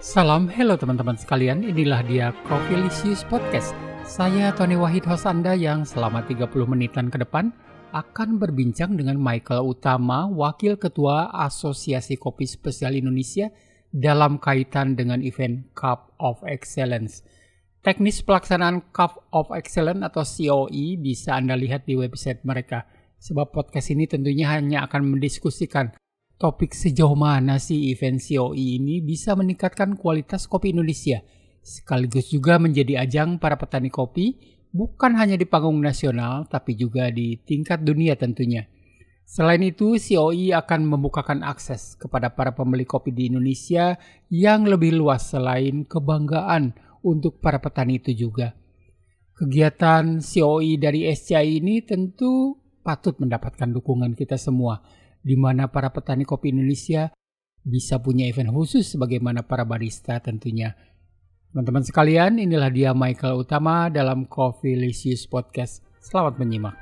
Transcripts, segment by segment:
Salam, hello teman-teman sekalian, inilah dia Coffeelicious Podcast. Saya Tony Wahid, host Anda yang selama 30 menitan ke depan akan berbincang dengan Michael Utama, Wakil Ketua Asosiasi Kopi Spesial Indonesia dalam kaitan dengan event Cup of Excellence. Teknis pelaksanaan Cup of Excellence atau COE bisa Anda lihat di website mereka. Sebab podcast ini tentunya hanya akan mendiskusikan topik sejauh mana sih event COE ini bisa meningkatkan kualitas kopi Indonesia, sekaligus juga menjadi ajang para petani kopi, bukan hanya di panggung nasional, tapi juga di tingkat dunia tentunya. Selain itu, COE akan membukakan akses kepada para pembeli kopi di Indonesia yang lebih luas selain kebanggaan untuk para petani itu juga. Kegiatan COE dari SCI ini tentu patut mendapatkan dukungan kita semua, di mana para petani kopi Indonesia bisa punya event khusus sebagaimana para barista tentunya. Teman-teman sekalian, inilah dia Michael Utama dalam Coffeelicious Podcast. Selamat menyimak.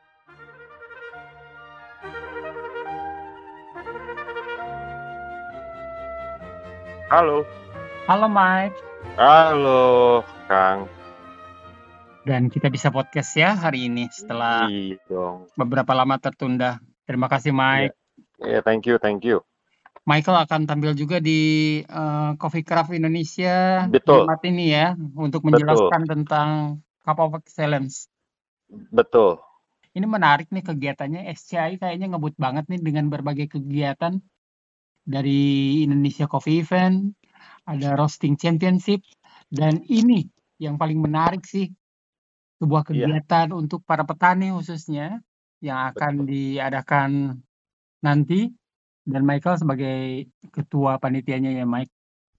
Halo. Halo Mike. Halo Kang. Dan kita bisa podcast ya hari ini setelah beberapa lama tertunda. Terima kasih Mike. Yeah, thank you. Michael akan tampil juga di Coffee Craft Indonesia Betul. Jumat ini ya, untuk menjelaskan tentang Cup of Excellence. Betul. Ini menarik nih kegiatannya, SCI kayaknya ngebut banget nih dengan berbagai kegiatan. Dari Indonesia Coffee Event, ada Roasting Championship, dan ini yang paling menarik sih, sebuah kegiatan untuk para petani khususnya yang akan diadakan nanti, dan Michael sebagai ketua panitianya ya Mike.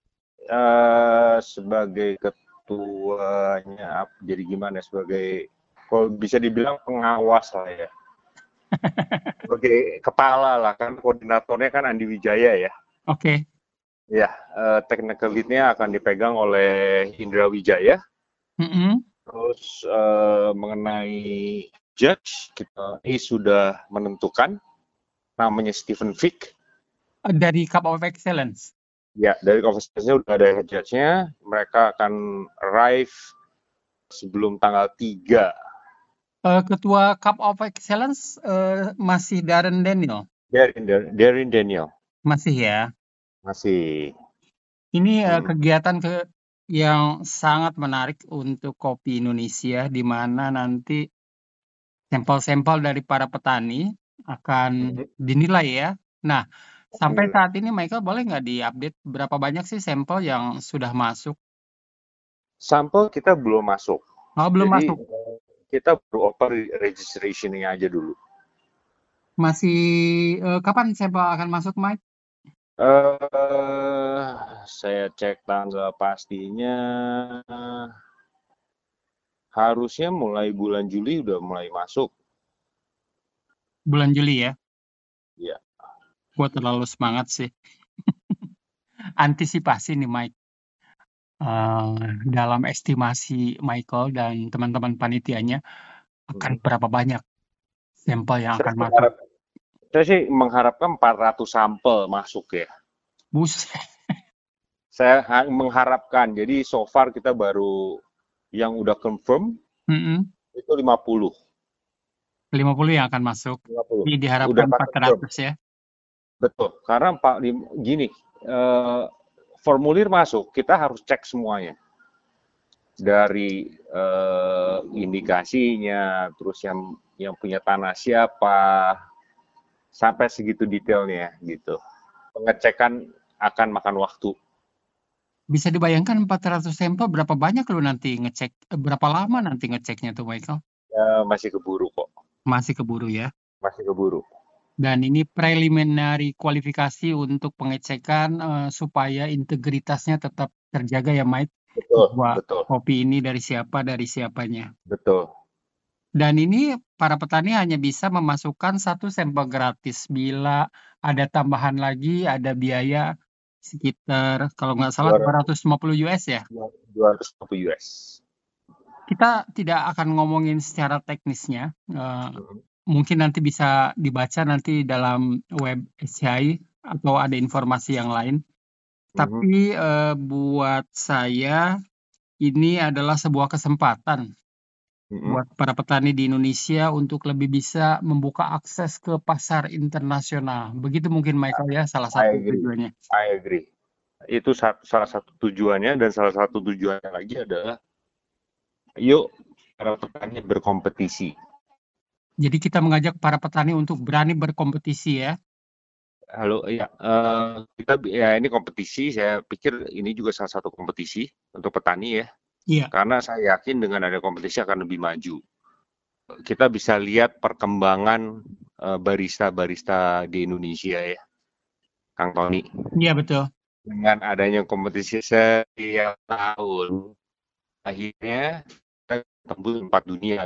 Sebagai ketuanya, jadi gimana? Sebagai, kalau bisa dibilang pengawas lah ya. Sebagai kepala lah kan, koordinatornya kan Andi Wijaya ya. Oke. Ya, technical lead-nya akan dipegang oleh Indra Wijaya. Terus mengenai judge, kita ini sudah menentukan namanya Stephen Fick. Dari Cup of Excellence? Ya, dari Cup of Excellence sudah ada judge-nya. Mereka akan arrive sebelum tanggal 3. Ketua Cup of Excellence masih Darren Daniel? Darren Daniel. Masih ya? Masih. Ini kegiatan yang sangat menarik untuk kopi Indonesia, di mana nanti sampel-sampel dari para petani akan dinilai ya. Nah, sampai saat ini Michael boleh nggak diupdate berapa banyak sih sampel yang sudah masuk? Sampel kita belum masuk. Oh, belum Jadi, masuk. Kita baru open registration-nya aja dulu. Masih kapan sampel akan masuk, Mike? Saya cek tanggal pastinya. Harusnya mulai bulan Juli udah mulai masuk. Bulan Juli ya? Iya. Gua terlalu semangat sih. Antisipasi nih Mike. Dalam estimasi Michael dan teman-teman panitianya akan berapa banyak sampel yang akan masuk? Saya sih mengharapkan 400 sampel masuk ya. Buset. Saya mengharapkan. Jadi so far kita baru yang udah confirm itu 50. 50 yang akan masuk. 50. Ini diharapkan 400 ya. Betul. Karena gini, formulir masuk, kita harus cek semuanya. Dari indikasinya, terus yang punya tanah siapa, sampai segitu detailnya gitu. Pengecekan akan makan waktu. Bisa dibayangkan 400 sampel berapa banyak lu nanti ngecek, berapa lama nanti ngeceknya tuh Michael? Masih keburu kok. Masih keburu ya? Masih keburu. Dan ini preliminary kualifikasi untuk pengecekan supaya integritasnya tetap terjaga ya Mike? Betul. Kopi ini dari siapanya. Betul. Dan ini para petani hanya bisa memasukkan 1 sampel gratis. Bila ada tambahan lagi, ada biaya sekitar kalau nggak salah $250 ya? $250. Kita tidak akan ngomongin secara teknisnya. Mungkin nanti bisa dibaca nanti dalam web SCI atau ada informasi yang lain. Mhm, Tapi, buat saya ini adalah sebuah kesempatan mhm. buat para petani di Indonesia untuk lebih bisa membuka akses ke pasar internasional. Begitu mungkin Michael ya, salah I satu agree, tujuannya. I agree. Itu salah satu tujuannya dan salah satu tujuannya lagi adalah yuk para petani berkompetisi. Jadi kita mengajak para petani untuk berani berkompetisi ya. Halo, ya, kita ya ini kompetisi, saya pikir ini juga salah satu kompetisi untuk petani ya, Iya. karena saya yakin dengan ada kompetisi akan lebih maju. Kita bisa lihat perkembangan barista-barista di Indonesia ya, Kang Tony. Iya betul. Dengan adanya kompetisi setiap tahun, akhirnya kita tembus tempat dunia.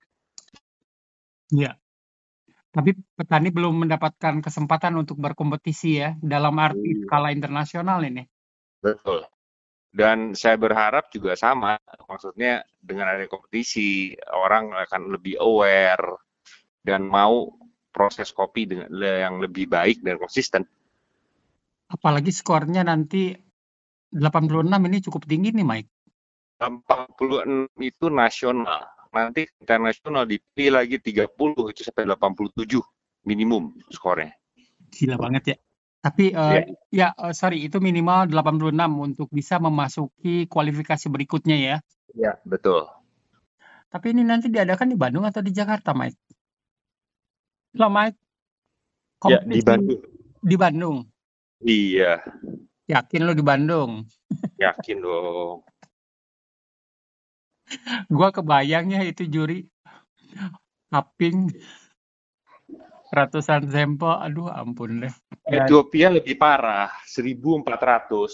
Iya. Tapi petani belum mendapatkan kesempatan untuk berkompetisi ya, dalam arti Iya. skala internasional ini. Betul. Dan saya berharap juga sama, maksudnya dengan adanya kompetisi, orang akan lebih aware dan mau proses kopi dengan yang lebih baik dan konsisten. Apalagi skornya nanti 86 ini cukup tinggi nih, Mike. 86 itu nasional. Nanti internasional dipilih lagi 30 itu sampai 87 minimum skornya. Gila banget ya. Tapi, Iya, sorry itu minimal 86 untuk bisa memasuki kualifikasi berikutnya ya. iya, betul. Tapi ini nanti diadakan di Bandung atau di Jakarta, Mike? Loh, Mike, Ya, di kompetisi Bandung. di Bandung? Iya, Yakin lo di Bandung? yakin dong. Gua kebayangnya itu juri cupping ratusan sampel, aduh ampun deh. Dan Ethiopia lebih parah, 1.400.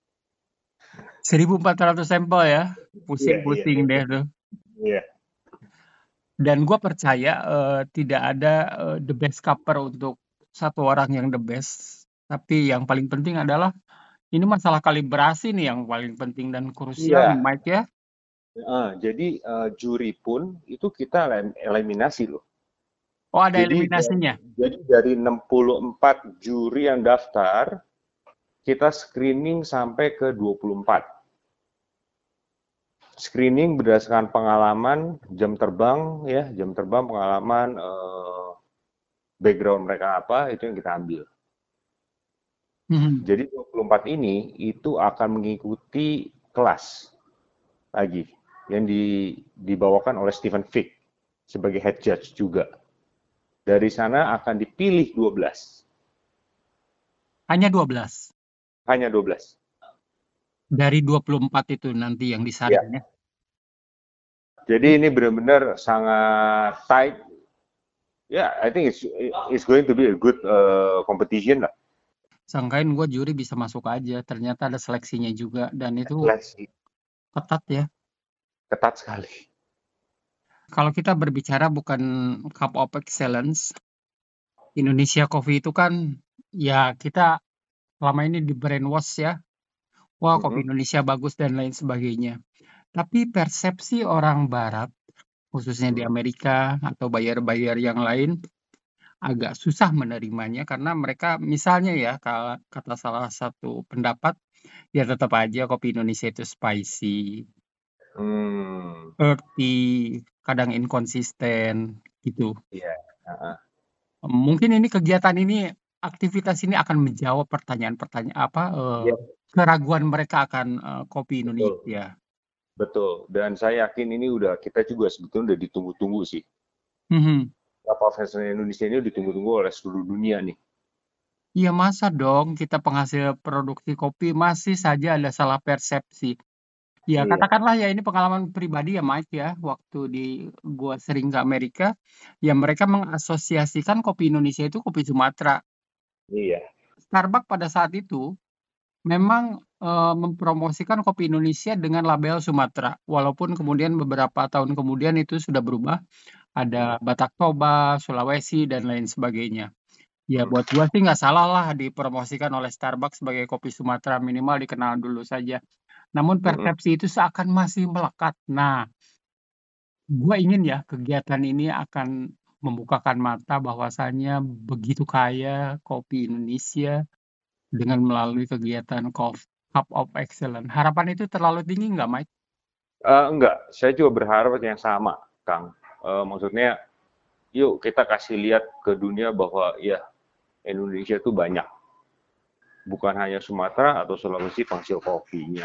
1.400 sampel ya, Iya, iya, pusing-pusing deh tuh. iya. Dan gua percaya, tidak ada, the best cupper untuk satu orang yang the best. Tapi yang paling penting adalah ini masalah kalibrasi nih yang paling penting dan krusial nih, Iya, Mike ya. jadi juri pun itu kita eliminasi loh. Oh, ada Jadi eliminasinya? dari 64 juri yang daftar, kita screening sampai ke 24. Screening berdasarkan pengalaman, jam terbang ya, jam terbang, pengalaman, background mereka apa, itu yang kita ambil. Mhm. Jadi 24 ini itu akan mengikuti kelas lagi yang dibawakan oleh Stephen Fick sebagai head judge juga. Dari sana akan dipilih 12. Hanya 12? Hanya 12. Dari 24 itu nanti yang Ya. disaring ya? Jadi ini benar-benar sangat tight. Ya, I think it's going to be a good competition lah. Sangkain gue juri bisa masuk aja, ternyata ada seleksinya juga dan itu Seleksi ketat ya. ketat sekali. Kalau kita berbicara bukan Cup of Excellence, Indonesia Coffee itu kan ya kita selama ini di brainwash ya. Wah, kopi Mhm. Indonesia bagus dan lain sebagainya. Tapi persepsi orang barat, khususnya di Mhm. Amerika atau buyer-buyer yang lain, agak susah menerimanya karena mereka misalnya ya, kata salah satu pendapat, ya tetap aja kopi Indonesia itu spicy, Hmm, earthy, kadang inkonsisten gitu. iya. Heeh. Mungkin ini kegiatan ini, aktivitas ini akan menjawab pertanyaan-pertanyaan apa, Iya, keraguan mereka akan, kopi betul. Indonesia. Betul. Dan saya yakin ini kita juga sebetulnya udah ditunggu-tunggu sih. Mhm. Kapal Fashion Indonesia ini ditunggu-tunggu oleh seluruh dunia nih. Iya masa dong kita penghasil produksi kopi masih saja ada salah persepsi. Ya Iya, katakanlah ya ini pengalaman pribadi ya Mike ya, waktu gua sering ke Amerika, ya mereka mengasosiasikan kopi Indonesia itu kopi Sumatera. iya. Starbucks pada saat itu memang, mempromosikan kopi Indonesia dengan label Sumatera, walaupun kemudian beberapa tahun kemudian itu sudah berubah, Mhm, ada Batak Toba, Sulawesi, dan lain sebagainya. Ya mhm, buat gua sih nggak salah lah dipromosikan oleh Starbucks sebagai kopi Sumatera, minimal dikenal dulu saja. Namun mhm. persepsi itu seakan masih melekat. Nah, gua ingin ya kegiatan ini akan membukakan mata bahwasannya begitu kaya kopi Indonesia, dengan melalui kegiatan Cup of Excellence. Harapan itu terlalu tinggi nggak, Mike? Enggak, saya juga berharap yang sama, Kang. Maksudnya, yuk kita kasih lihat ke dunia bahwa ya Indonesia itu banyak. Bukan hanya Sumatera atau Sulawesi penghasil kopinya.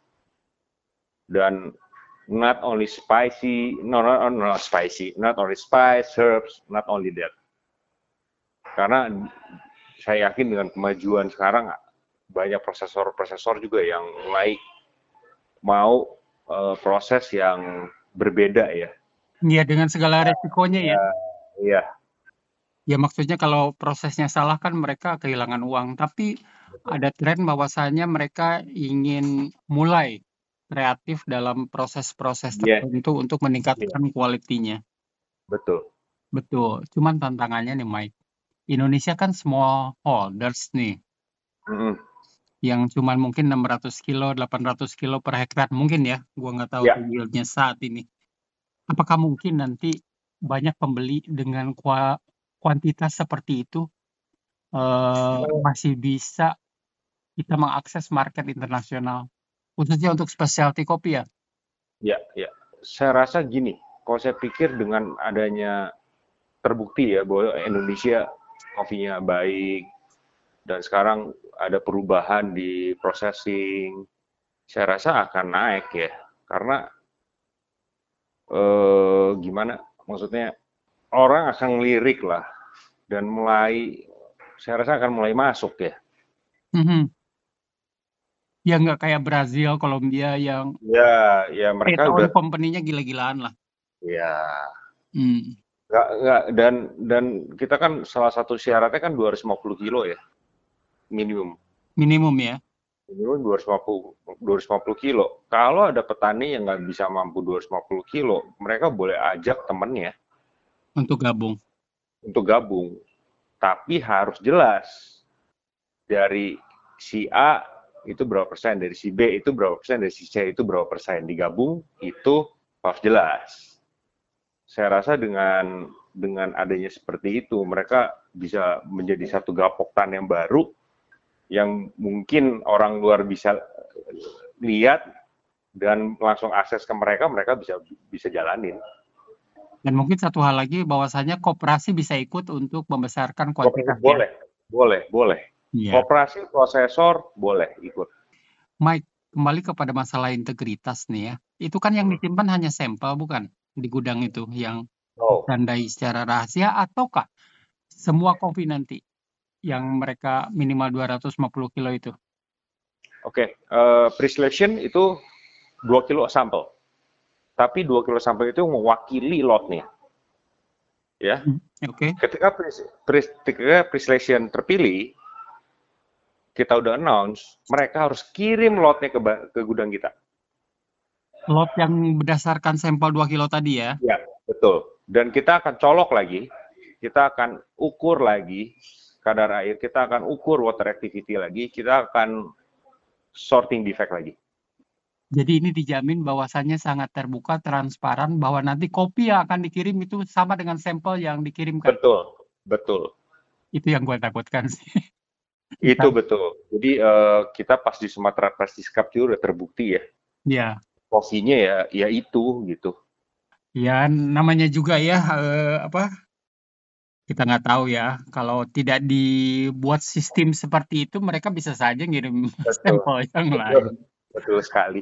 Dan not only spicy, not spicy, not only spice, herbs, not only that. Karena saya yakin dengan kemajuan sekarang banyak prosesor juga yang mulai mau proses yang berbeda ya. Iya, dengan segala resikonya ya. Iya. Ya maksudnya kalau prosesnya salah kan mereka kehilangan uang, tapi ada tren bahwasanya mereka ingin mulai kreatif dalam proses-proses tertentu untuk meningkatkan kualitinya. Betul. Betul. Cuman tantangannya nih Mike, Indonesia kan small holders nih, yang cuman mungkin 600 kilo, 800 kilo per hektar mungkin ya, gua nggak tahu yieldnya saat ini. Apakah mungkin nanti banyak pembeli dengan kuantitas seperti itu masih bisa kita mengakses market internasional, khususnya untuk specialty kopi ya? Ya. Saya rasa gini, kalau saya pikir dengan adanya terbukti ya bahwa Indonesia kopinya baik dan sekarang ada perubahan di processing, saya rasa akan naik ya, karena gimana? Maksudnya orang akan ngelirik lah dan saya rasa akan mulai masuk ya. Ya nggak kayak Brazil, Kolombia yang ya mereka udah company-nya gila-gilaan lah. Ya. Nggak, dan kita kan salah satu syaratnya kan 250 kilo ya. Minimum ya. Minimum 250 kilo. Kalau ada petani yang nggak bisa mampu 250 kilo, mereka boleh ajak temennya untuk gabung. Tapi harus jelas dari si A itu berapa persen, dari si B itu berapa persen, dari si C itu berapa persen. Digabung itu harus jelas. Saya rasa dengan adanya seperti itu, mereka bisa menjadi satu gapoktan yang baru, yang mungkin orang luar bisa lihat dan langsung akses ke mereka bisa jalanin. Dan mungkin satu hal lagi, bahwasanya koperasi bisa ikut untuk membesarkan kuantitasnya. Boleh. Ya. Koperasi prosesor boleh ikut. Mike, kembali kepada masalah integritas nih ya. Itu kan yang disimpan hanya sampel bukan? Di gudang itu yang ditandai secara rahasia, ataukah semua kopi nanti yang mereka minimal 250 kilo itu? Oke, pre-selection itu 2 kilo sampel. Tapi 2 kilo sampel itu mewakili lotnya. Ya. Oke. Ketika pre-selection terpilih, kita udah announce, mereka harus kirim lotnya ke gudang kita. Lot yang berdasarkan sampel 2 kilo tadi ya? Ya, betul. Dan kita akan colok lagi, kita akan ukur lagi kadar air, kita akan ukur water activity lagi, kita akan sorting defect lagi. Jadi ini dijamin bahwasannya sangat terbuka, transparan, bahwa nanti kopi yang akan dikirim itu sama dengan sampel yang dikirimkan. Betul. Itu yang gue takutkan sih. Itu betul. Jadi kita pas di Sumatera Prestige Cup juga udah terbukti ya. Iya. Kopinya ya itu gitu. Ya namanya juga ya kita nggak tahu ya, kalau tidak dibuat sistem seperti itu, mereka bisa saja ngirim sampel yang lain. Betul sekali.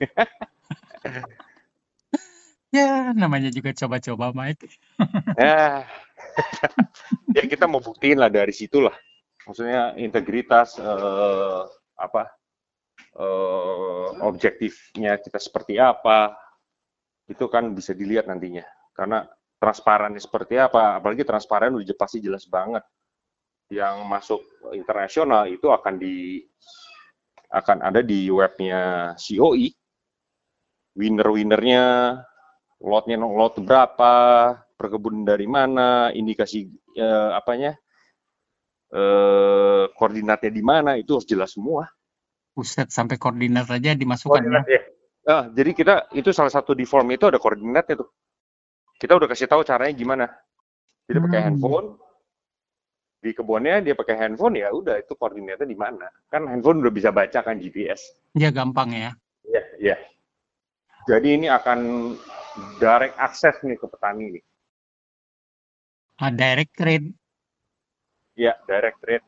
Ya, namanya juga coba-coba, Mike. Ya kita mau buktiin lah dari situlah. Maksudnya integritas, objektifnya kita seperti apa, itu kan bisa dilihat nantinya. Karena transparannya seperti apa, apalagi transparan udah pasti jelas banget. Yang masuk internasional itu akan ada di webnya COI, winner-winnernya, lot berapa, perkebunan dari mana, indikasi koordinatnya di mana, itu harus jelas semua. Buset, sampai koordinat aja dimasukkan ya. Jadi itu salah satu di form itu ada koordinatnya tuh. Kita udah kasih tahu caranya gimana. Tidak pakai handphone, di kebunnya dia pakai handphone, ya udah itu koordinatnya di mana. Kan handphone udah bisa baca kan GPS. Ya gampang ya. Iya, iya. Jadi ini akan direct akses nih ke petani nih. Direct trade. Ya, direct trade.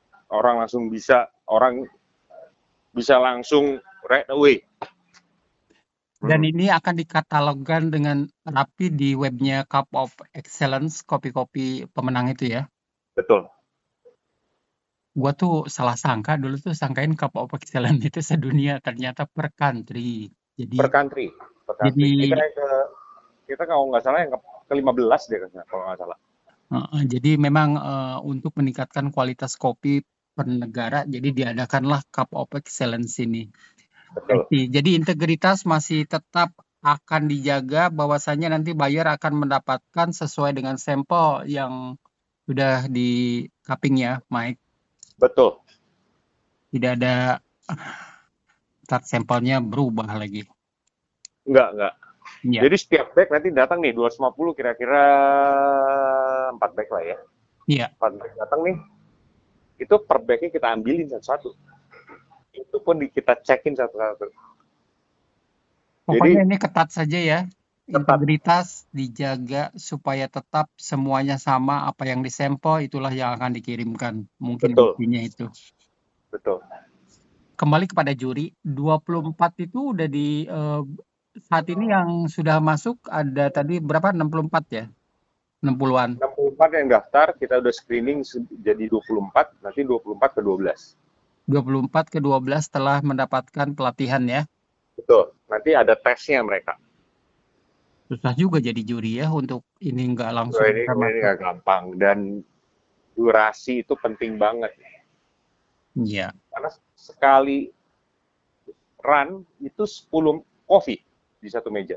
Orang bisa langsung right away. Dan ini akan dikatalogkan dengan rapi di webnya Cup of Excellence, kopi-kopi pemenang itu ya. Betul. Gua tuh salah sangka dulu tuh sangkain Cup of Excellence itu sedunia, ternyata per country. Per country. Jadi Kita kalau nggak salah yang ke-15 deh kalau nggak salah. jadi memang untuk meningkatkan kualitas kopi per negara, jadi diadakanlah Cup of Excellence ini. Betul. Jadi integritas masih tetap akan dijaga, bahwasanya nanti buyer akan mendapatkan sesuai dengan sampel yang sudah di cupping ya, Mike. Betul. Tidak ada start sampelnya berubah lagi. Enggak. Ya. Jadi setiap bag nanti datang nih 250 kira-kira 4 bag lah ya. Iya. 4 bag datang nih. Itu per bagnya kita ambilin satu-satu. Itu pun kita cekin satu-satu. Pokoknya Jadi ini ketat saja ya. Integritas dijaga supaya tetap semuanya sama, apa yang disampel itulah yang akan dikirimkan. Mungkin betul. intinya itu. Betul. Kembali kepada juri, 24 itu udah di saat ini yang sudah masuk ada tadi berapa? 64 ya? 60-an. 64 yang daftar, kita udah screening jadi 24, nanti 24 ke 12. 24 ke 12 telah mendapatkan pelatihan ya. Betul. Nanti ada tesnya mereka. Susah juga jadi juri ya untuk ini nggak langsung Ini nggak gampang dan durasi itu penting banget. Iya. Karena sekali run itu 10 kopi di satu meja.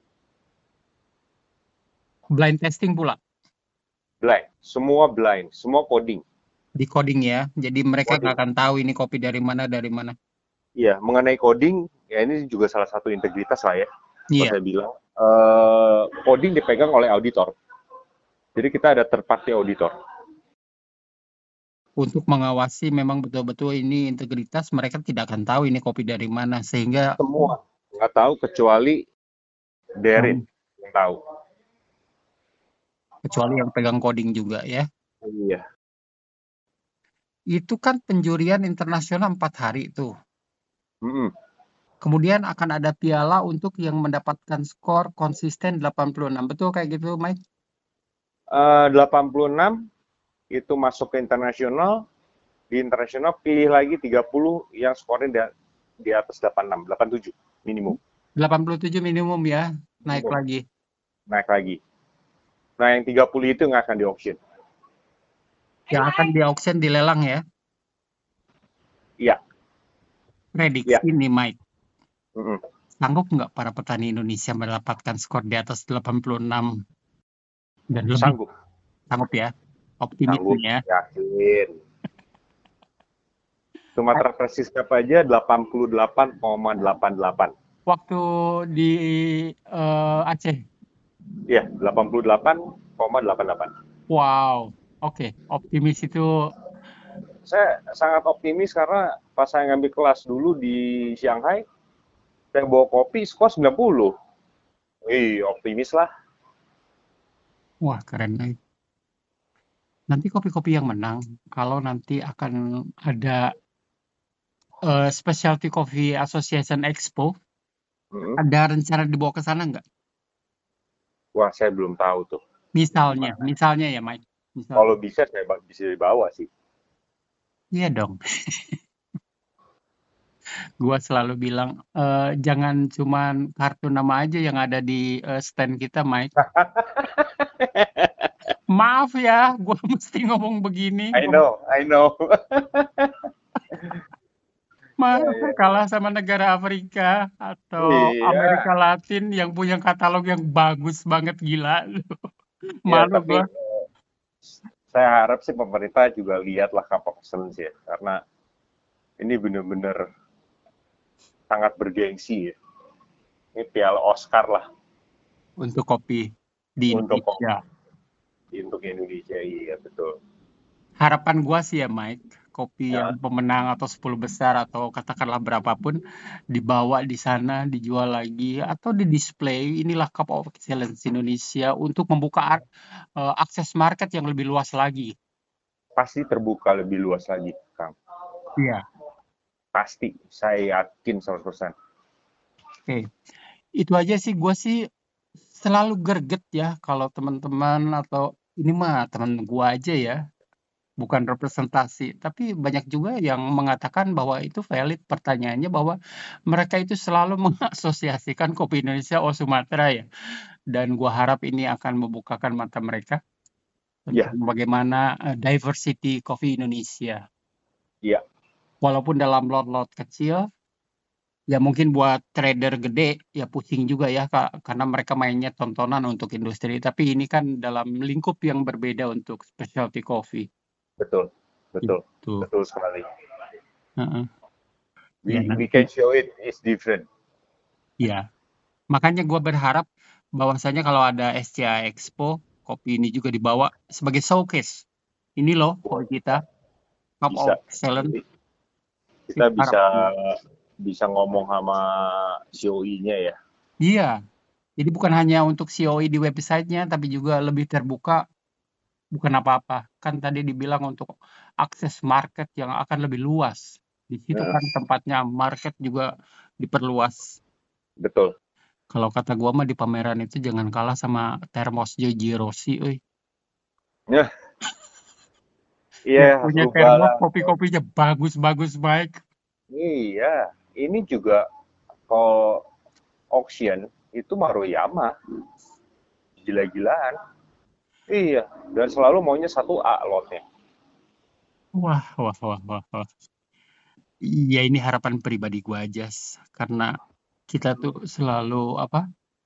Blind testing pula. Blind, semua coding. Di coding ya, jadi mereka nggak akan tahu ini kopi dari mana. Iya, mengenai coding, ya ini juga salah satu integritas lah ya. Iya. Saya bilang, coding dipegang oleh auditor. Jadi kita ada third party auditor. Untuk mengawasi memang betul-betul ini integritas, mereka tidak akan tahu ini kopi dari mana, sehingga Semua nggak tahu kecuali Derin yang tahu. Kecuali yang pegang coding juga ya. Iya. Itu kan penjurian internasional 4 hari itu. Kemudian akan ada piala untuk yang mendapatkan skor konsisten 86. Betul kayak gitu, Mike? 86 itu masuk ke internasional. Di internasional pilih lagi 30 yang skornya di atas 86, 87 minimum. 87 minimum ya, naik lagi. Naik lagi. Nah, yang 30 itu nggak akan di auction. Yang akan di auction dilelang ya? Iya. Prediksi nih, Mike. Sanggup nggak para petani Indonesia mendapatkan skor di atas 86 dan lebih? Sanggup. Sanggup ya? Optimis ya? Yakin. Sumatera Persis Cup aja 88,88. Waktu di Aceh? Iya, 88,88. Wow, oke. Optimis itu. Saya sangat optimis karena pas saya ngambil kelas dulu di Shanghai, saya bawa kopi skor 90. Optimis lah. Wah, keren. Nanti kopi-kopi yang menang, kalau nanti akan ada Specialty Coffee Association Expo, ada rencana dibawa ke sana nggak? Wah, saya belum tahu tuh. Misalnya ya, Mike. Kalau bisa, saya bisa dibawa sih. Iya dong. Gua selalu bilang, jangan cuman kartu nama aja yang ada di stand kita, Mike. Maaf ya, gue mesti ngomong begini. I know. Kalah sama negara Afrika atau Amerika Latin yang punya katalog yang bagus banget, gila. Malu tapi saya harap sih pemerintah juga lihatlah Cup of Excellence ya, karena ini benar-benar sangat bergengsi ya. Ini piala Oscar lah. Untuk kopi di Indonesia. Untuk Indonesia, iya betul. Harapan gua sih ya Mike, kopi Ya, yang pemenang atau 10 besar atau katakanlah berapapun dibawa di sana, dijual lagi atau di display. Inilah Cup of Excellence Indonesia untuk membuka akses market yang lebih luas lagi. pasti terbuka lebih luas lagi, Kang. Iya. Pasti, saya yakin 100%. Oke, itu aja sih gue sih selalu greget ya kalau teman-teman atau ini mah teman gua aja ya, bukan representasi, tapi banyak juga yang mengatakan bahwa itu valid pertanyaannya bahwa mereka itu selalu mengasosiasikan kopi Indonesia oh Sumatera ya. Dan gua harap ini akan membukakan mata mereka tentang Iya, bagaimana diversity kopi Indonesia. iya, Walaupun dalam lot-lot kecil, ya mungkin buat trader gede ya pusing juga ya Kak, karena mereka mainnya tontonan untuk industri. Tapi ini kan dalam lingkup yang berbeda untuk specialty coffee. betul, betul, Itu. betul sekali. Heeh. Ya We nanti. can show it is different. Ya. Makanya gue berharap bahwasanya kalau ada SCA Expo, kopi ini juga dibawa sebagai showcase. Ini loh kopi kita, Cup Bisa. of Excellence. Nanti kita Itu bisa harapannya. bisa ngomong sama COI-nya ya. Iya. Jadi bukan hanya untuk COE di websitenya, tapi juga lebih terbuka. Bukan apa-apa. Kan tadi dibilang untuk akses market yang akan lebih luas. Di situ Heeh, kan tempatnya market juga diperluas. betul. Kalau kata gua mah di pameran itu jangan kalah sama termos Joji Rossi, euy. Nah, Yang iya, punya termos rubah. kopi-kopinya bagus-bagus, Mike. Iya, ini juga kalau auction itu Maruyama, gila-gilaan. Iya, dan selalu maunya 1A lotnya. Wah, wah, wah, wah, wah. Iya, ini harapan pribadi gua aja, karena kita tuh selalu apa?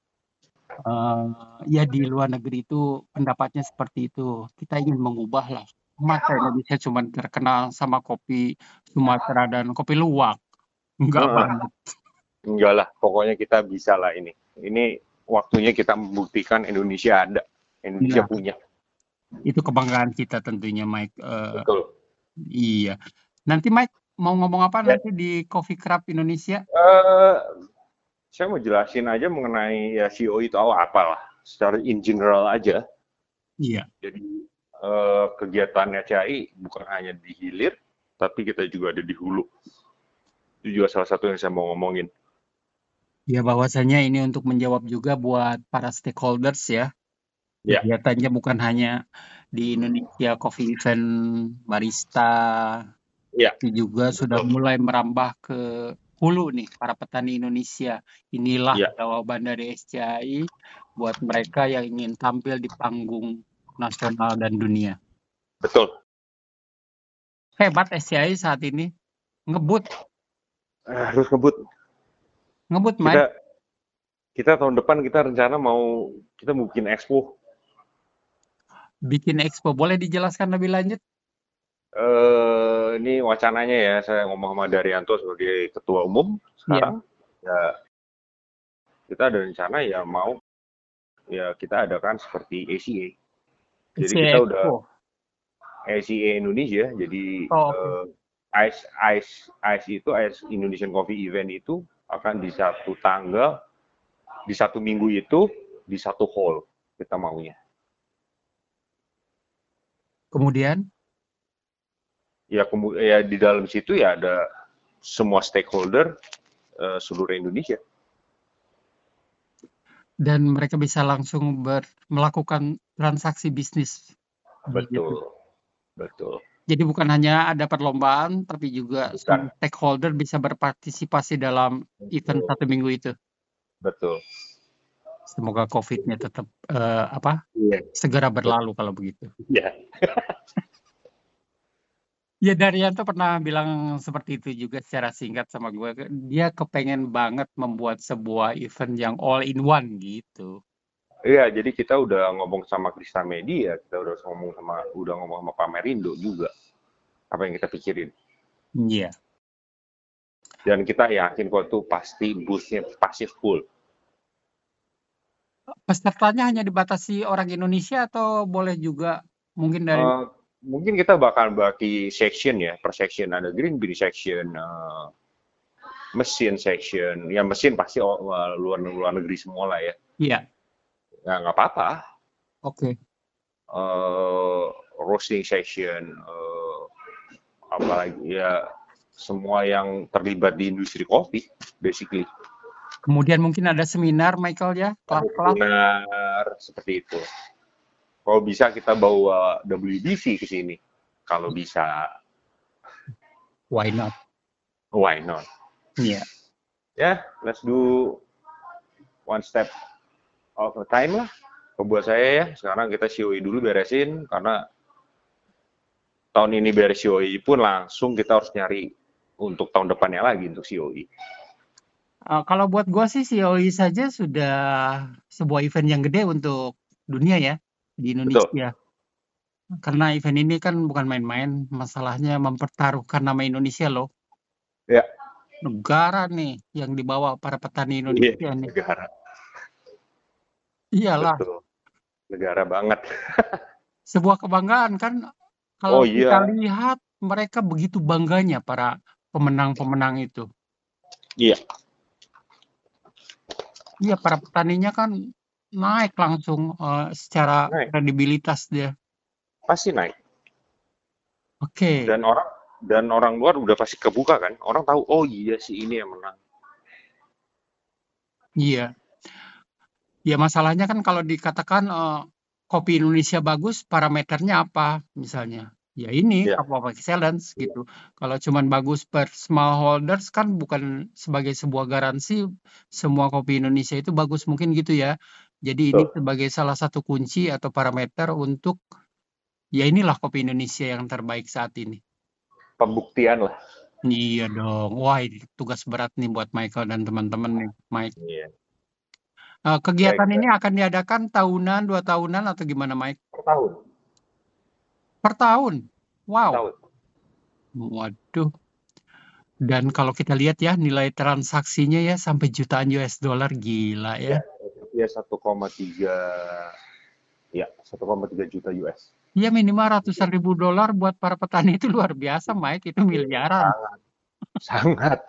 Ya di luar negeri itu pendapatnya seperti itu. Kita ingin mengubah lah. Masa Indonesia cuma terkenal sama kopi Sumatera dan kopi luwak? Enggak Heeh, banget. enggak lah, pokoknya kita bisa lah ini. Ini waktunya kita membuktikan Indonesia ada, Indonesia Nah, punya. itu kebanggaan kita tentunya, Mike. Betul. Iya. Nanti Mike mau ngomong apa Ya, nanti di Coffee Cup Indonesia? eh, saya mau jelasin aja mengenai ya CEO itu apa lah, secara in general aja. Iya. Jadi kegiatannya CAI bukan hanya di hilir, tapi kita juga ada di hulu. Itu juga salah satu yang saya mau ngomongin. Ya bahwasanya ini untuk menjawab juga buat para stakeholders ya. Ya, Kegiatannya bukan hanya di Indonesia Coffee Event Barista, ya, tapi juga sudah betul. mulai merambah ke hulu nih para petani Indonesia. Inilah Ya, jawaban dari SCI buat mereka yang ingin tampil di panggung nasional dan dunia. betul. Hebat SCI saat ini. Ngebut, Harus ngebut. ngebut Mike. Kita kita tahun depan kita rencana kita mau bikin expo. Bikin expo. Boleh dijelaskan lebih lanjut? Ini wacananya ya, saya ngomong sama Daryanto sebagai ketua umum Iya. sekarang. Ya, kita ada rencana ya mau ya kita adakan seperti ACA. Jadi SCI kita udah Expo. ACA Indonesia. Jadi Oh, oke. ICE itu ICE Indonesian Coffee Event itu akan di satu tanggal, di satu minggu itu di satu hall kita maunya. Kemudian, Ya, ya di dalam situ ya ada semua stakeholder seluruh Indonesia. dan mereka bisa langsung melakukan transaksi bisnis. Gitu. Betul, betul. Jadi bukan hanya ada perlombaan, tapi juga Bukan. semua stakeholder bisa berpartisipasi dalam event Betul, satu minggu itu. betul. Semoga COVID-nya tetap Iya, segera betul. berlalu kalau begitu. Iya, Ya Daryanto pernah bilang seperti itu juga secara singkat sama gue. Dia kepengen banget membuat sebuah event yang all in one gitu. iya. Jadi kita udah ngomong sama Krista Media, kita udah ngomong sama Pamerindo juga. Apa yang kita pikirin. Iya. Dan kita yakin kok tuh pasti boothnya pasti full. Pesertanya hanya dibatasi orang Indonesia atau boleh juga mungkin dari Eh, mungkin kita bakal bagi section ya, per section. Ada green bean section, mesin section. Ya mesin pasti luar negeri semua lah ya. Iya, Ya nggak apa-apa. oke. Roasting section, apalagi ya semua yang terlibat di industri kopi, basically. Kemudian mungkin ada seminar, Michael ya, kelas-kelas. Benar, seperti itu. Kalau bisa kita bawa WBC ke sini. Kalau bisa, Why not? why not? Iya. Ya, let's do one step of a time lah. Buat saya ya, sekarang kita COI dulu beresin, karena tahun ini beres COI pun langsung kita harus nyari untuk tahun depannya lagi untuk COI. Kalau buat gua sih COI saja sudah sebuah event yang gede untuk dunia ya, di Betul. Indonesia. Karena event ini kan bukan main-main, masalahnya mempertaruhkan nama Indonesia loh. Ya, Negara nih yang dibawa para petani iya, Indonesia nih. negara. Iyalah, Betul. Negara banget. sebuah kebanggaan kan Oh kalau kita iya, lihat mereka begitu bangganya para pemenang-pemenang itu. iya, Iya, para petaninya kan naik langsung secara naik. kredibilitas dia. Pasti naik. Oke, Dan orang luar udah pasti kebuka kan. Orang tahu, oh iya sih ini yang menang. iya. Ya masalahnya kan kalau dikatakan kopi Indonesia bagus, parameternya apa misalnya? Ya ini Ya, Cup of Excellence gitu. Kalau cuman bagus per smallholders kan bukan sebagai sebuah garansi semua kopi Indonesia itu bagus, mungkin gitu ya. Jadi ini betul. sebagai salah satu kunci atau parameter untuk ya inilah kopi Indonesia yang terbaik saat ini. Pembuktian lah. Iya dong. Wah, ini tugas berat nih buat Michael dan teman-teman nih, Mike. Iya. Kegiatan Baik, ini akan diadakan tahunan, 2 tahunan atau gimana, Mike? per tahun. Per tahun. Wow. Tahun. Waduh. Dan kalau kita lihat ya nilai transaksinya ya sampai jutaan US dollar, gila ya. Ya, 1,3 ya, 1,3 juta US. Ya minimal ratusan ribu dolar buat para petani itu luar biasa, Mike. Itu miliaran. Sangat.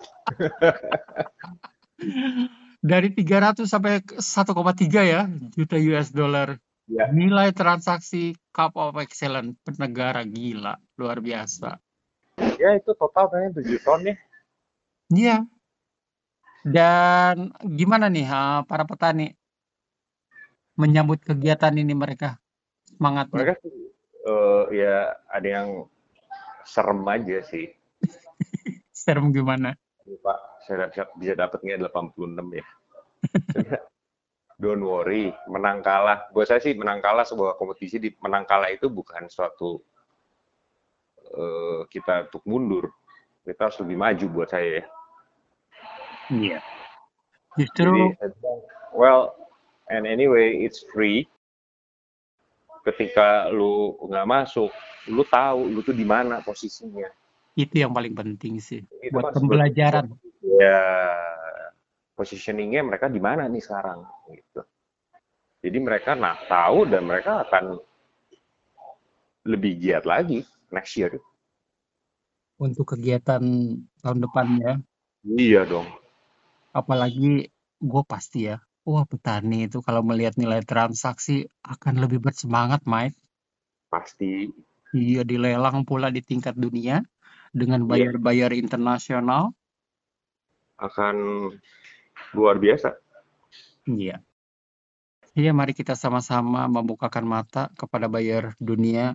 Dari 300 sampai 1,3 ya juta US dollar. Ya, Nilai transaksi Cup of Excellence negara, gila, luar biasa. ya itu total kayaknya 7 ton ya. Iya. Dan gimana nih para petani menyambut kegiatan ini mereka semangatnya? Mereka sih ya ada yang serem aja sih. Serem gimana? Pak, saya bisa dapatnya 86 ya. Don't worry, menang kalah. Buat saya sih menang kalah sebuah kompetisi di menang kalah itu bukan suatu kita untuk mundur. Kita harus lebih maju buat saya ya. Iya. Justru Jadi, well, and anyway, it's free. Ketika lu nggak masuk, lu tahu lu tuh di mana posisinya. itu yang paling penting sih Itu buat kan pembelajaran. Ya, positioningnya mereka di mana nih sekarang, gitu. Jadi mereka tahu dan mereka akan lebih giat lagi next year. Untuk kegiatan tahun depan ya. Iya dong. Apalagi gue pasti ya, wah petani itu kalau melihat nilai transaksi akan lebih bersemangat, Mike. Pasti. Iya, dilelang pula di tingkat dunia dengan Iya. bayar-bayar internasional. Akan luar biasa. Iya. Iya, mari kita sama-sama membukakan mata kepada buyer dunia.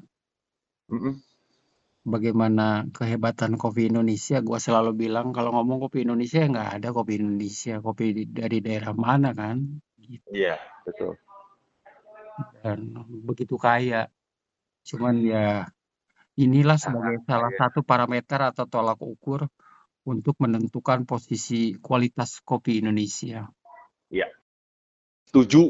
Bagaimana kehebatan kopi Indonesia. Gua selalu bilang kalau ngomong kopi Indonesia nggak ada kopi Indonesia. Kopi dari daerah mana kan? Gitu. Iya, betul. Dan begitu kaya. Cuman ya inilah sebagai salah satu parameter atau tolak ukur untuk menentukan posisi kualitas kopi Indonesia. Iya. Setuju.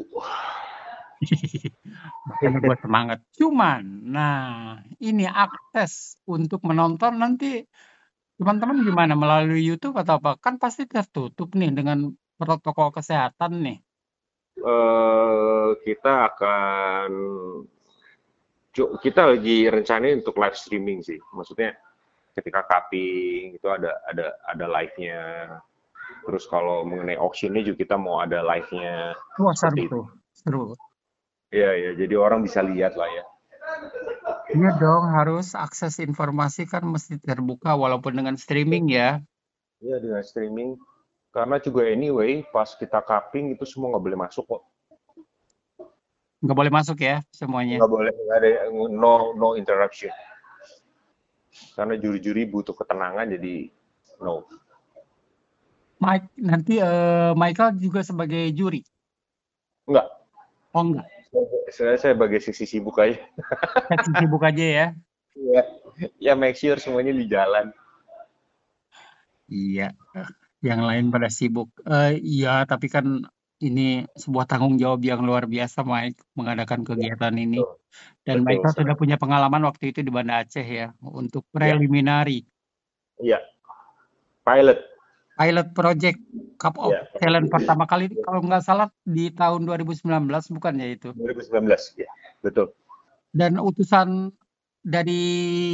Makanya gue semangat. Cuman, nah ini akses untuk menonton nanti teman-teman gimana? Melalui YouTube atau apa? Kan pasti tertutup nih dengan protokol kesehatan nih. Kita akan Kita lagi rencanain untuk live streaming sih. Maksudnya ketika cupping itu ada live-nya. Terus kalau mengenai auction-nya juga kita mau ada live-nya Wah, seru seperti itu. tuh. Seru. Iya, ya, jadi orang bisa lihat lah ya. Iya dong, harus akses informasi kan mesti terbuka walaupun dengan streaming ya. Iya, dengan streaming. Karena juga anyway, pas kita cupping itu semua nggak boleh masuk kok. Nggak boleh masuk ya semuanya. Nggak boleh, nggak ada, no interruption. Karena juri-juri butuh ketenangan, jadi no. Mike, nanti Michael juga sebagai juri. Enggak, Oh enggak, saya sebagai sisi sibuk aja. seksi sibuk aja ya. Iya, ya make sure semuanya di jalan. Iya, yang lain pada sibuk. Iya, tapi kan ini sebuah tanggung jawab yang luar biasa, Mike, mengadakan kegiatan ini. Betul, Dan betul Michael sudah sekali. punya pengalaman waktu itu di Banda Aceh ya, untuk Iya, preliminary iya, pilot. pilot project Cup of Iya, Talent pertama kali, kalau nggak salah di tahun 2019, bukan ya itu? 2019. Ya, betul. Dan utusan dari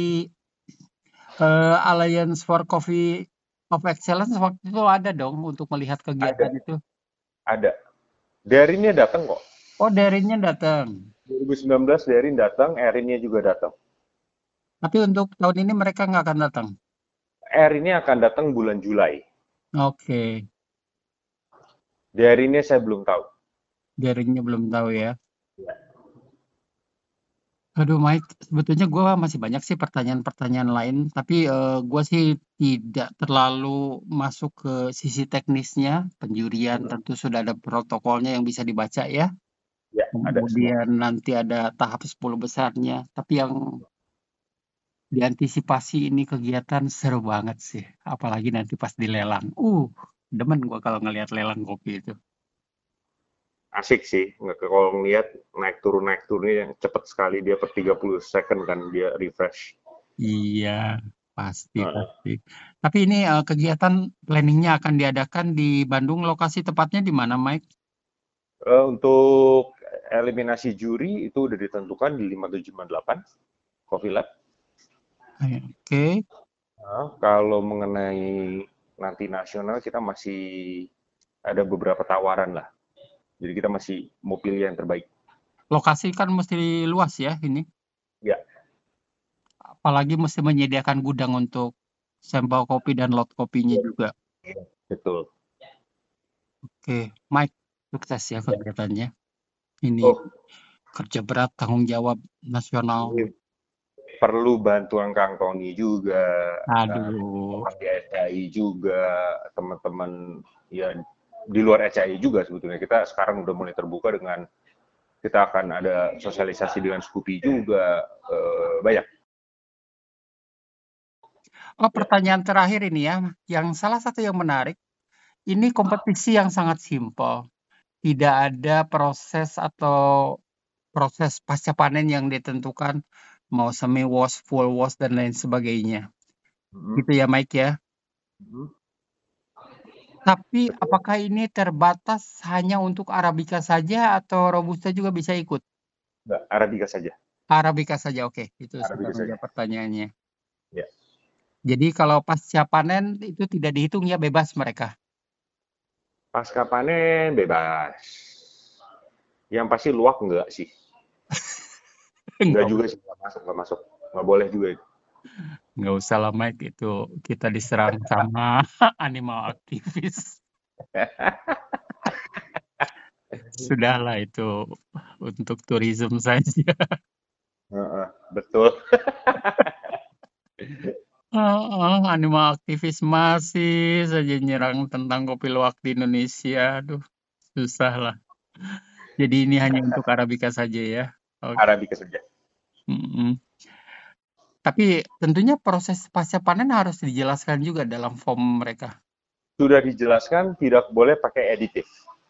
Alliance for Coffee of Excellence waktu itu ada dong untuk melihat Ada, kegiatan itu. ada. Derinnya datang kok. Oh, daringnya datang. 2019 Derin datang, Erinnya juga datang. Tapi untuk tahun ini mereka nggak akan datang. Erinnya akan datang bulan Juli. Oke, Derinnya saya belum tahu. daringnya belum tahu ya. Ya. Aduh, Mike, sebetulnya gue masih banyak sih pertanyaan-pertanyaan lain, tapi gue sih tidak terlalu masuk ke sisi teknisnya. Penjurian tentu sudah ada protokolnya yang bisa dibaca ya. Ya, ada semua. Kemudian nanti ada tahap 10 besarnya. Tapi yang diantisipasi ini kegiatan seru banget sih. Apalagi nanti pas dilelang. Demen gue kalau ngelihat lelang kopi itu. Asik sih. Nggak, kalau ngeliat naik turunnya yang cepet sekali, dia per 30 second kan dia refresh. Iya, pasti, Nah, pasti. Tapi ini kegiatan planningnya akan diadakan di Bandung. Lokasi tepatnya di mana, Mike? untuk eliminasi juri itu udah ditentukan di 5758 Coffee Lab. Oke. Nah, kalau mengenai nanti nasional kita masih ada beberapa tawaran lah. Jadi kita masih mau pilih yang terbaik. Lokasi kan mesti luas ya ini. Ya, Apalagi mesti menyediakan gudang untuk sampel kopi dan lot kopinya juga. betul. Oke, Mike, sukses ya kegiatannya. Ini Oh, kerja berat, tanggung jawab nasional. ini perlu bantuan Kang Tony juga, Aduh. teman di SCI juga, teman-teman ya di luar SCI juga sebetulnya. Kita sekarang udah mulai terbuka dengan kita akan ada sosialisasi dengan Scoopy juga, banyak. Oh, pertanyaan terakhir ini ya, yang salah satu yang menarik, ini kompetisi yang sangat simpel. Tidak ada proses atau proses pasca panen yang ditentukan, mau semi wash, full wash dan lain sebagainya. Mhm, Gitu ya, Mike ya. mhm. Tapi apakah ini terbatas hanya untuk Arabica saja atau Robusta juga bisa ikut? Nggak, Arabica saja. Arabica saja, oke. Itu sudah Arabica saja. menjawab pertanyaannya. Ya. Jadi kalau pasca panen itu tidak dihitung ya, bebas mereka. Pasca panen bebas. Yang pasti luak enggak sih? Enggak Enggak, juga sih, nggak masuk. Nggak boleh juga itu. nggak usah lah, Mike. Itu kita diserang sama animal aktivis. Sudahlah itu untuk tourism saja. Heeh, betul. Heeh, animal aktivis masih saja nyerang tentang kopi luwak di Indonesia. Aduh, susah lah. Jadi ini hanya untuk Arabica saja ya. Oke. Arabica saja. Mm-mm. Tapi tentunya proses pasca panen harus dijelaskan juga dalam form mereka. Sudah dijelaskan tidak boleh pakai aditif.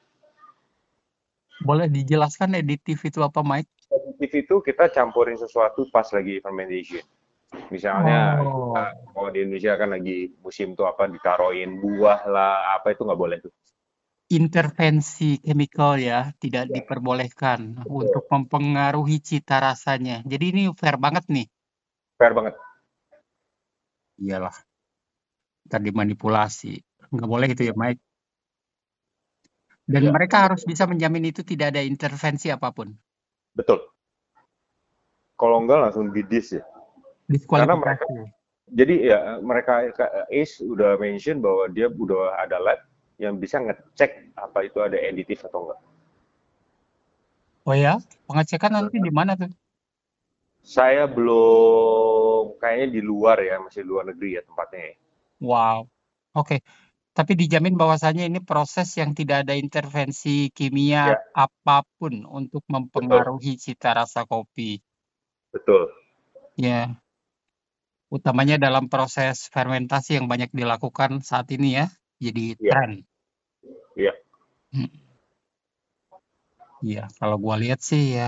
Boleh dijelaskan editif itu apa, Mike? Aditif itu kita campurin sesuatu pas lagi fermentation. Misalnya kita, Oh, kalau di Indonesia kan lagi musim tuh apa ditaruhin buah lah, apa itu nggak boleh tuh. intervensi chemical ya, tidak Ya, diperbolehkan untuk betul. mempengaruhi cita rasanya. Jadi ini fair banget nih. Fair banget. Iyalah, ntar dimanipulasi. Nggak boleh itu ya, Mike. Dan Ya, mereka harus bisa menjamin itu tidak ada intervensi apapun. betul. Kalau enggak langsung didis ya. Karena mereka, Diskualifikasi. jadi ya mereka Ace udah mention bahwa dia udah ada lab yang bisa ngecek apa itu ada aditif atau enggak. Oh ya, pengecekan nanti di mana tuh? Saya belum, kayaknya di luar ya, masih luar negeri ya tempatnya ya. Wow. Oke, tapi dijamin bahwasanya ini proses yang tidak ada intervensi kimia Ya, apapun untuk betul, mempengaruhi cita rasa kopi. betul. Ya, utamanya dalam proses fermentasi yang banyak dilakukan saat ini ya, jadi Iya, tren. iya, Hmm, iya, kalau gua lihat sih ya,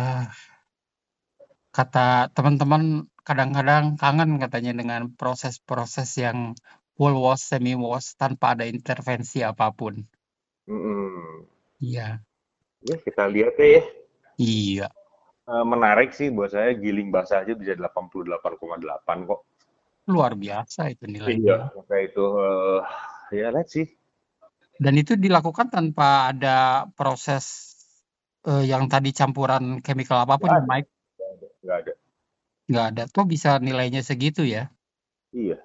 kata teman-teman kadang-kadang kangen katanya dengan proses-proses yang full wash, semi wash tanpa ada intervensi apapun. mm-mm. Iya, Ya kita lihat ya. iya, Menarik sih buat saya, giling basah aja bisa 88,8 kok. luar biasa itu Iya, nilainya. maka itu ya let's sih. Dan itu dilakukan tanpa ada proses yang tadi campuran chemical apapun Nggak ya, ada, Mike. nggak ada, nggak ada. Nggak ada. Tuh bisa nilainya segitu ya. Iya,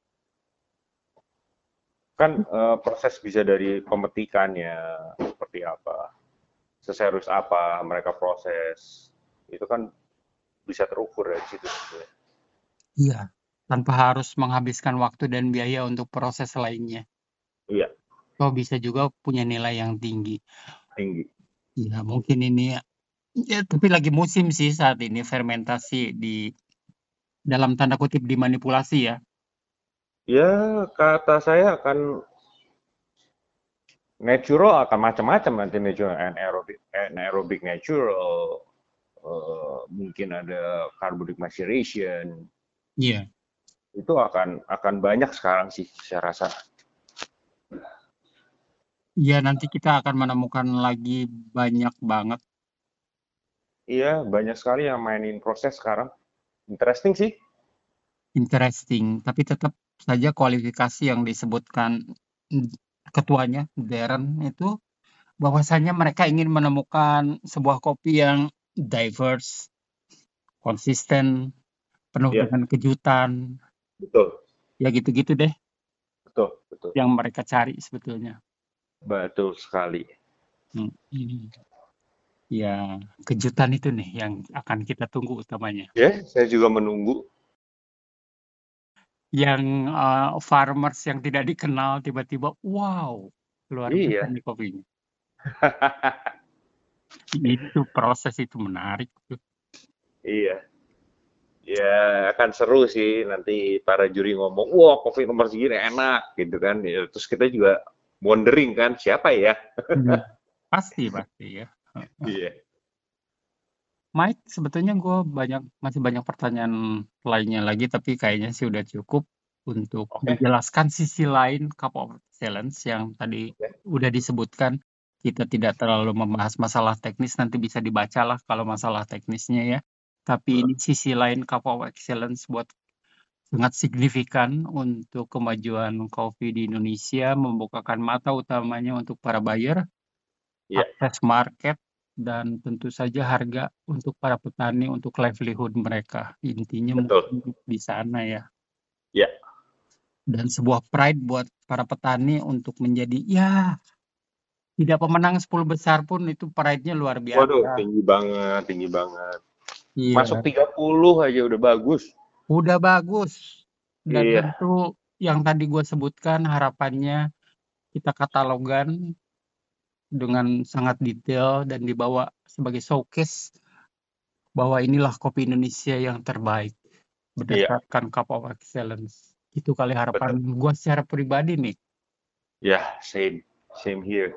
kan proses bisa dari pemetikannya seperti apa, seserius apa mereka proses, itu kan bisa terukur dari situ sebenarnya. Iya. Tanpa harus menghabiskan waktu dan biaya untuk proses lainnya. Iya, Kok bisa juga punya nilai yang tinggi. tinggi. Ya, mungkin ini ya. Ya, tapi lagi musim sih saat ini fermentasi di dalam tanda kutip dimanipulasi ya. Ya, kata saya akan natural akan macam-macam nanti, natural anaerobic natural, mungkin ada carbonic maceration, Iya. itu akan banyak sekarang sih saya rasa. Iya, nanti kita akan menemukan lagi banyak banget. Iya, banyak sekali yang mainin proses sekarang. Interesting sih. Interesting, tapi tetap saja kualifikasi yang disebutkan mm, ketuanya, Darren itu bahwasanya mereka ingin menemukan sebuah kopi yang diverse, konsisten, penuh Iya, dengan kejutan, betul, ya gitu-gitu deh betul, betul, yang mereka cari sebetulnya. betul sekali. Hmm. Ya, kejutan itu nih yang akan kita tunggu utamanya. Ya, saya juga menunggu. Yang farmers yang tidak dikenal tiba-tiba, wow, luar biasa Iya, nih kopinya. Itu proses itu menarik tuh. iya. Ya, akan seru sih nanti para juri ngomong, wah kopi nomor segini enak gitu kan. Ya, terus kita juga wondering kan, siapa ya? Hmm. Pasti pasti ya. Heeh. Iya. Mike, sebetulnya gue masih banyak pertanyaan lainnya lagi, tapi kayaknya sih udah cukup untuk Oke, menjelaskan sisi lain Cup of Excellence yang tadi oke. udah disebutkan. Kita tidak terlalu membahas masalah teknis, nanti bisa dibacalah kalau masalah teknisnya ya. Tapi ini sisi lain Cup of Excellence buat sangat signifikan untuk kemajuan kopi di Indonesia, membukakan mata utamanya untuk para buyer, Iya, akses market, dan tentu saja harga untuk para petani untuk livelihood mereka. Intinya betul. mungkin di sana ya. Iya. Dan sebuah pride buat para petani untuk menjadi ya tidak pemenang 10 besar pun itu pride-nya luar Waduh, biasa. tinggi banget, tinggi banget. Masuk Iya, 30 aja udah bagus. udah bagus. Dan Iya, tentu yang tadi gue sebutkan harapannya kita katalogan dengan sangat detail dan dibawa sebagai showcase bahwa inilah kopi Indonesia yang terbaik iya, berdasarkan Cup of Excellence. Itu kali harapan betul. gue secara pribadi nih. Ya, same here.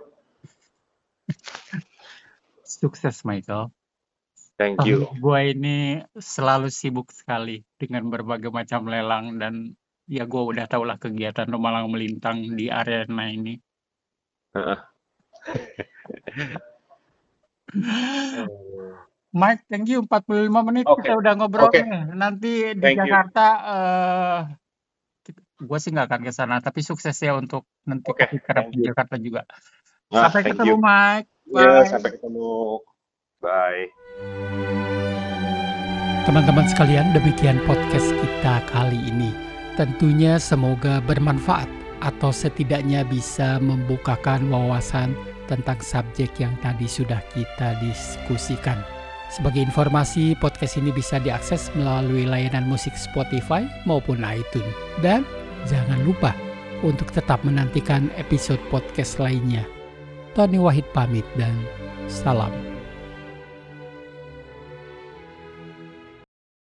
Sukses Michael. Thank you. Gue ini selalu sibuk sekali dengan berbagai macam lelang dan ya gue udah tau lah kegiatan lo malang melintang di arena ini. Heeh. Mike, thank you 45 menit Oke, kita udah ngobrol oke. nih. Nanti di Thank you. Jakarta gue sih nggak akan ke sana, tapi sukses ya untuk nanti Oke, Coffee Craft thank di you. Jakarta juga. Nah, Sampai thank ketemu you. Mike. Iya, Bye. sampai ketemu. Bye. Teman-teman sekalian, demikian podcast kita kali ini. Tentunya semoga bermanfaat atau setidaknya bisa membukakan wawasan tentang subjek yang tadi sudah kita diskusikan. Sebagai informasi, podcast ini bisa diakses melalui layanan musik Spotify maupun iTunes. Dan jangan lupa untuk tetap menantikan episode podcast lainnya. Tony Wahid pamit dan salam.